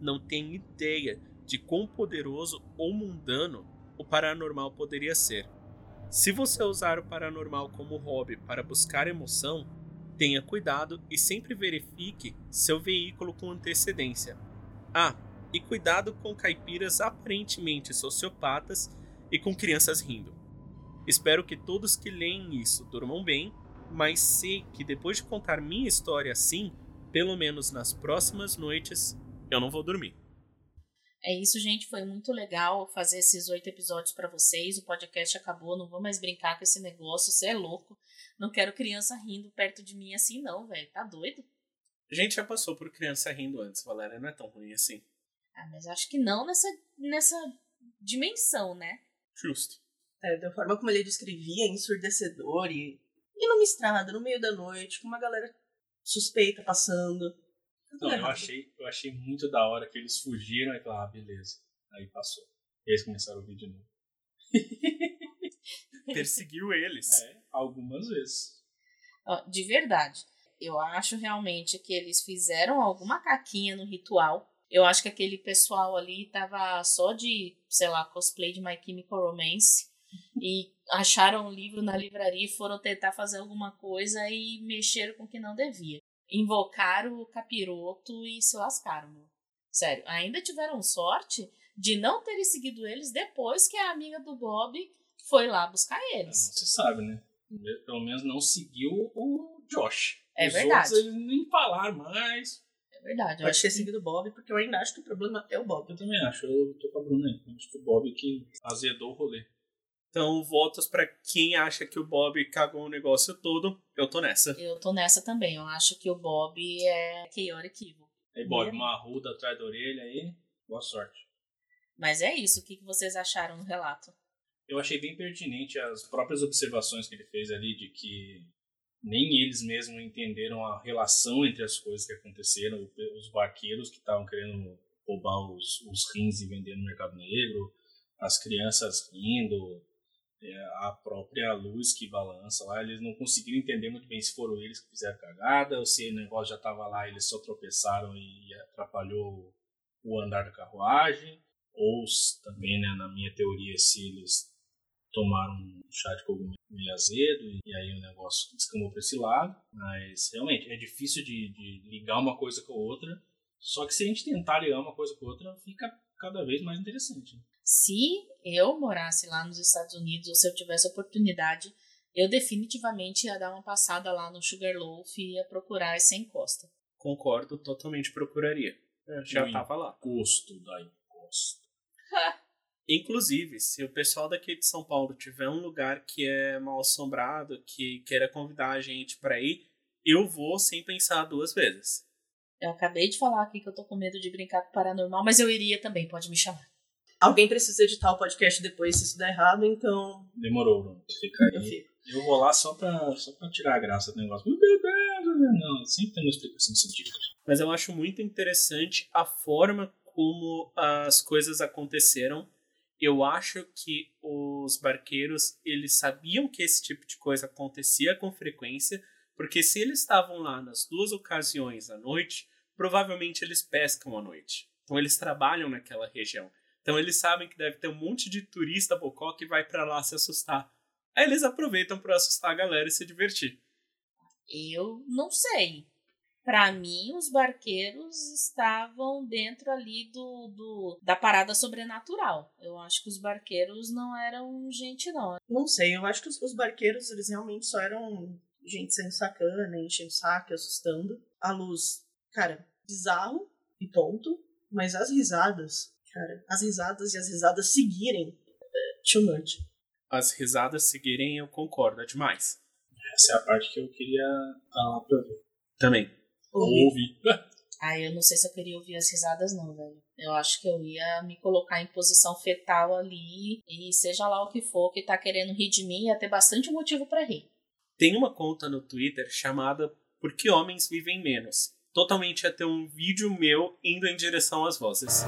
não têm ideia de quão poderoso ou mundano o paranormal poderia ser. Se você usar o paranormal como hobby para buscar emoção, tenha cuidado e sempre verifique seu veículo com antecedência. E cuidado com caipiras aparentemente sociopatas e com crianças rindo. Espero que todos que leem isso durmam bem, mas sei que depois de contar minha história assim, pelo menos nas próximas noites, eu não vou dormir. É isso, gente. Foi muito legal fazer esses 8 episódios pra vocês. O podcast acabou, não vou mais brincar com esse negócio. Você é louco. Não quero criança rindo perto de mim assim, não, velho. Tá doido? A gente já passou por criança rindo antes, Valéria. Não é tão ruim assim. Mas acho que não nessa dimensão, né? Justo. Da forma como ele descrevia, ensurdecedor e numa estrada, no meio da noite, com uma galera suspeita passando. Não, eu achei muito da hora que eles fugiram e falaram, beleza. Aí passou. E eles começaram a ouvir de novo. Perseguiu eles. Algumas vezes. De verdade. Eu acho realmente que eles fizeram alguma caquinha no ritual. Eu acho que aquele pessoal ali tava só de, sei lá, cosplay de My Chemical Romance e acharam um livro na livraria e foram tentar fazer alguma coisa e mexeram com o que não devia. Invocaram o capiroto e se lascaram, meu. Sério, ainda tiveram sorte de não terem seguido eles depois que a amiga do Bob foi lá buscar eles. Não se sabe, né? Pelo menos não seguiu o Josh. É Os verdade. outros, eles nem falaram mais. É verdade. Pode ter seguido o Bob, porque eu ainda acho que o problema é o Bob. Eu também acho. Eu tô com a Bruna aí. Acho que o Bob que azedou o rolê. Então, votos pra quem acha que o Bob cagou o negócio todo. Eu tô nessa. Eu tô nessa também. Eu acho que o Bob é chaotic evil. Aí, Bob, uma arruda atrás da orelha aí. Boa sorte. Mas é isso. O que vocês acharam no relato? Eu achei bem pertinente as próprias observações que ele fez ali de que nem eles mesmos entenderam a relação entre as coisas que aconteceram. Os barqueiros que estavam querendo roubar os rins e vender no mercado negro, as crianças rindo, a própria luz que balança lá, eles não conseguiram entender muito bem se foram eles que fizeram a cagada ou se o negócio já estava lá e eles só tropeçaram e atrapalhou o andar da carruagem, ou também, né, na minha teoria, se eles tomaram um chá de cogumelo meio azedo e aí o negócio descambou para esse lado. Mas realmente é difícil de ligar uma coisa com a outra, só que se a gente tentar ligar uma coisa com a outra, fica cada vez mais interessante. Se eu morasse lá nos Estados Unidos, ou se eu tivesse oportunidade, eu definitivamente ia dar uma passada lá no Sugarloaf e ia procurar essa encosta. Concordo, totalmente procuraria. Eu já tava lá. Gosto da encosta. Inclusive, se o pessoal daqui de São Paulo tiver um lugar que é mal assombrado, que queira convidar a gente pra ir, eu vou sem pensar 2 vezes. Eu acabei de falar aqui que eu tô com medo de brincar com o paranormal, mas eu iria também, pode me chamar. Alguém precisa editar o podcast depois se isso der errado, então... Demorou, Bruno. Fica aí. Eu fico. Eu vou lá só pra tirar a graça do negócio. Não, sempre tem uma explicação científica. Mas eu acho muito interessante a forma como as coisas aconteceram. Eu acho que os barqueiros, eles sabiam que esse tipo de coisa acontecia com frequência, porque se eles estavam lá nas 2 ocasiões à noite, provavelmente eles pescam à noite. Então eles trabalham naquela região. Então eles sabem que deve ter um monte de turista bocó que vai pra lá se assustar. Aí eles aproveitam pra assustar a galera e se divertir. Eu não sei. Pra mim, os barqueiros estavam dentro ali da parada sobrenatural. Eu acho que os barqueiros não eram gente, não. Não sei, eu acho que os barqueiros, eles realmente só eram gente sendo sacana, enchendo o saco, assustando. A luz, cara, bizarro e tonto, mas as risadas, cara, as risadas seguirem, too much. As risadas seguirem, eu concordo, é demais. Essa é a parte que eu queria estar lá pra ver. Também. Ouvi. Eu não sei se eu queria ouvir as risadas, não, velho. Eu acho que eu ia me colocar em posição fetal ali e seja lá o que for que tá querendo rir de mim, ia ter bastante motivo pra rir. Tem uma conta no Twitter chamada Por que Homens Vivem Menos? Totalmente ia ter um vídeo meu indo em direção às vozes.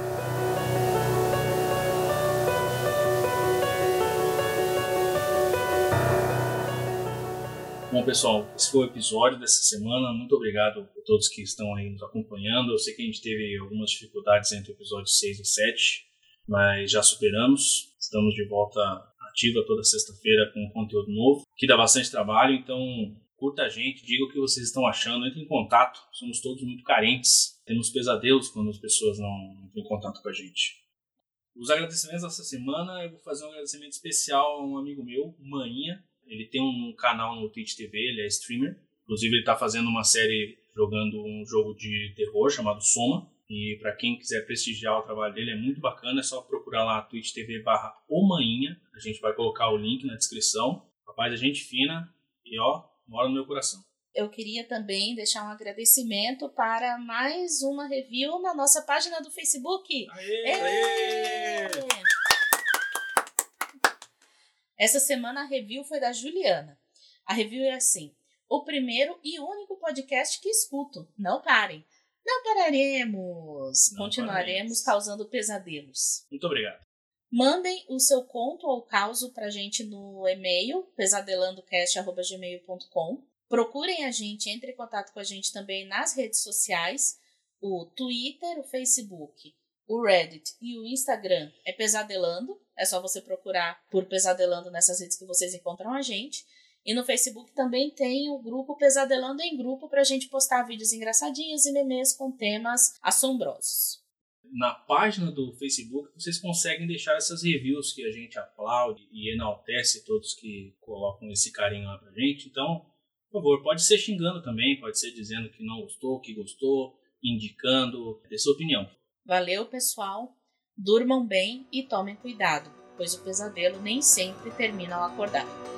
Bom, pessoal, esse foi o episódio dessa semana. Muito obrigado a todos que estão aí nos acompanhando. Eu sei que a gente teve algumas dificuldades entre o episódio 6 e 7, mas já superamos. Estamos de volta ativa toda sexta-feira com conteúdo novo, que dá bastante trabalho, então curta a gente, diga o que vocês estão achando, entre em contato. Somos todos muito carentes, temos pesadelos quando as pessoas não entram em contato com a gente. Os agradecimentos dessa semana, eu vou fazer um agradecimento especial a um amigo meu, Maninha. Ele tem um canal no Twitch TV, ele é streamer. Inclusive ele está fazendo uma série jogando um jogo de terror chamado Soma. E para quem quiser prestigiar o trabalho dele, é muito bacana, é só procurar lá Twitch TV/omaninha. A gente vai colocar o link na descrição. Rapaz, é gente fina e mora no meu coração. Eu queria também deixar um agradecimento para mais uma review na nossa página do Facebook. Aê! Essa semana a review foi da Juliana. A review é assim: o primeiro e único podcast que escuto. Não parem. Não pararemos. Continuaremos causando pesadelos. Muito obrigado. Mandem o seu conto ou causo pra gente no e-mail pesadelandocast@gmail.com. Procurem a gente, entre em contato com a gente também nas redes sociais. O Twitter, o Facebook, o Reddit e o Instagram é Pesadelando. É só você procurar por Pesadelando nessas redes que vocês encontram a gente. E no Facebook também tem o grupo Pesadelando em Grupo pra gente postar vídeos engraçadinhos e memes com temas assombrosos. Na página do Facebook vocês conseguem deixar essas reviews que a gente aplaude e enaltece todos que colocam esse carinho lá pra gente. Então, por favor, pode ser xingando também, pode ser dizendo que não gostou, que gostou, indicando, dê sua opinião. Valeu, pessoal. Durmam bem e tomem cuidado, pois o pesadelo nem sempre termina ao acordar.